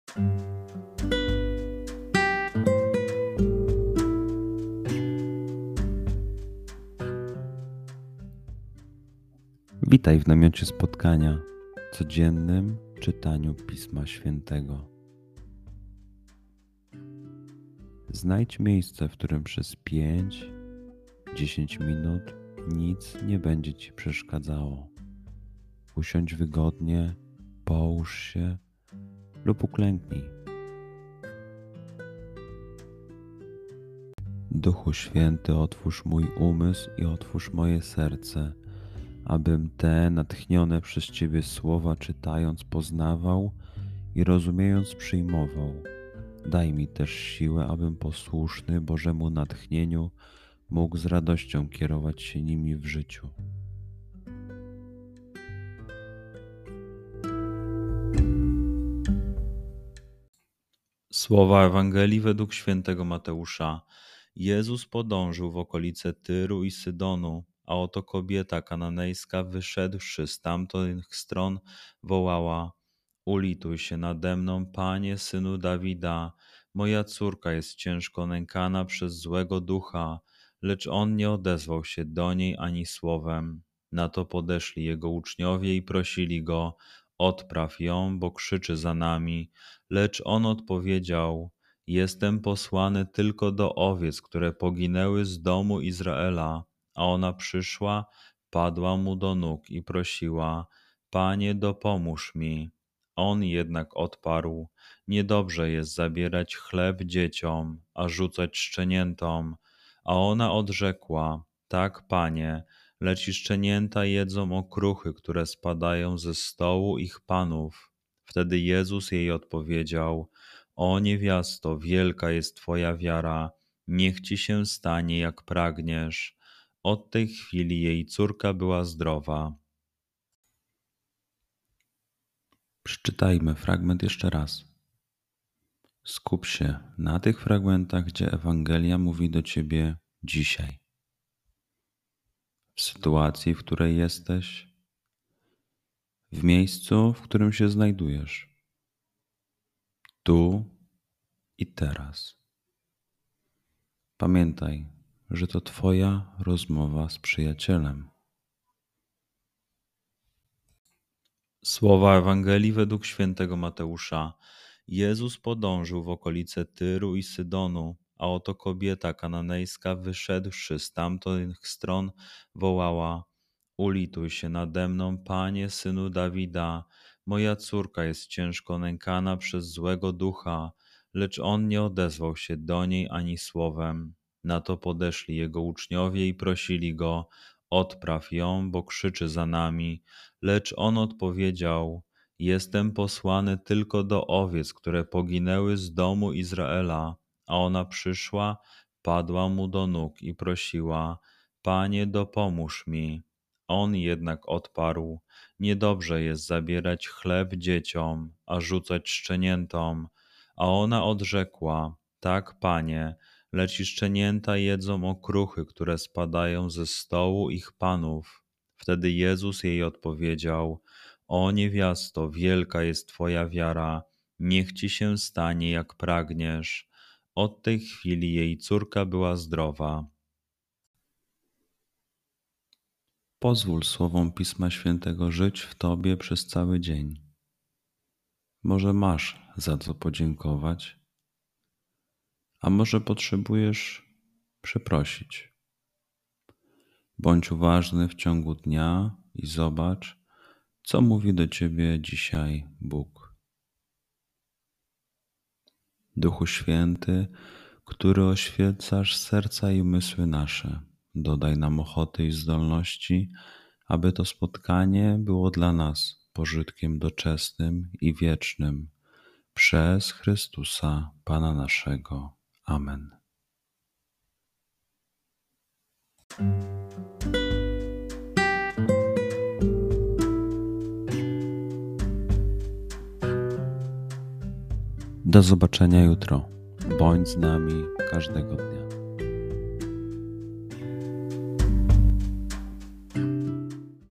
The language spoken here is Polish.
Witaj w namiocie spotkania, codziennym czytaniu Pisma Świętego. Znajdź miejsce, w którym przez 5-10 minut nic nie będzie Ci przeszkadzało. Usiądź wygodnie, połóż się lub uklęknij. Duchu Święty, otwórz mój umysł i otwórz moje serce, abym te natchnione przez Ciebie słowa czytając poznawał i rozumiejąc przyjmował. Daj mi też siłę, abym posłuszny Bożemu natchnieniu mógł z radością kierować się nimi w życiu. Słowa Ewangelii według świętego Mateusza. Jezus podążył w okolice Tyru i Sydonu, a oto kobieta kananejska, wyszedłszy z tamtych stron, wołała: Ulituj się nade mną, Panie, Synu Dawida. Moja córka jest ciężko nękana przez złego ducha. Lecz on nie odezwał się do niej ani słowem. Na to podeszli jego uczniowie i prosili go: Odpraw ją, bo krzyczy za nami. Lecz on odpowiedział: Jestem posłany tylko do owiec, które poginęły z domu Izraela. A ona przyszła, padła mu do nóg i prosiła: Panie, dopomóż mi. On jednak odparł: Niedobrze jest zabierać chleb dzieciom, a rzucać szczeniętom. A ona odrzekła: Tak, Panie, lecz i szczenięta jedzą okruchy, które spadają ze stołu ich panów. Wtedy Jezus jej odpowiedział: O niewiasto, wielka jest Twoja wiara, niech Ci się stanie, jak pragniesz. Od tej chwili jej córka była zdrowa. Przeczytajmy fragment jeszcze raz. Skup się na tych fragmentach, gdzie Ewangelia mówi do Ciebie dzisiaj. W sytuacji, w której jesteś, w miejscu, w którym się znajdujesz, tu i teraz. Pamiętaj, że to Twoja rozmowa z przyjacielem. Słowa Ewangelii według świętego Mateusza. Jezus podążył w okolice Tyru i Sydonu, a oto kobieta kananejska, wyszedłszy z tamtych stron, wołała: Ulituj się nade mną, Panie, Synu Dawida. Moja córka jest ciężko nękana przez złego ducha. Lecz on nie odezwał się do niej ani słowem. Na to podeszli jego uczniowie i prosili go: Odpraw ją, bo krzyczy za nami. Lecz on odpowiedział: Jestem posłany tylko do owiec, które poginęły z domu Izraela. A ona przyszła, padła mu do nóg i prosiła: Panie, dopomóż mi. On jednak odparł: Niedobrze jest zabierać chleb dzieciom, a rzucać szczeniętom. A ona odrzekła: Tak, Panie, lecz i szczenięta jedzą okruchy, które spadają ze stołu ich panów. Wtedy Jezus jej odpowiedział: O niewiasto, wielka jest Twoja wiara, niech Ci się stanie, jak pragniesz. Od tej chwili jej córka była zdrowa. Pozwól słowom Pisma Świętego żyć w Tobie przez cały dzień. Może masz za co podziękować, a może potrzebujesz przeprosić. Bądź uważny w ciągu dnia i zobacz, co mówi do Ciebie dzisiaj Bóg. Duchu Święty, który oświecasz serca i umysły nasze, dodaj nam ochoty i zdolności, aby to spotkanie było dla nas pożytkiem doczesnym i wiecznym. Przez Chrystusa, Pana naszego. Amen. Do zobaczenia jutro. Bądź z nami każdego dnia.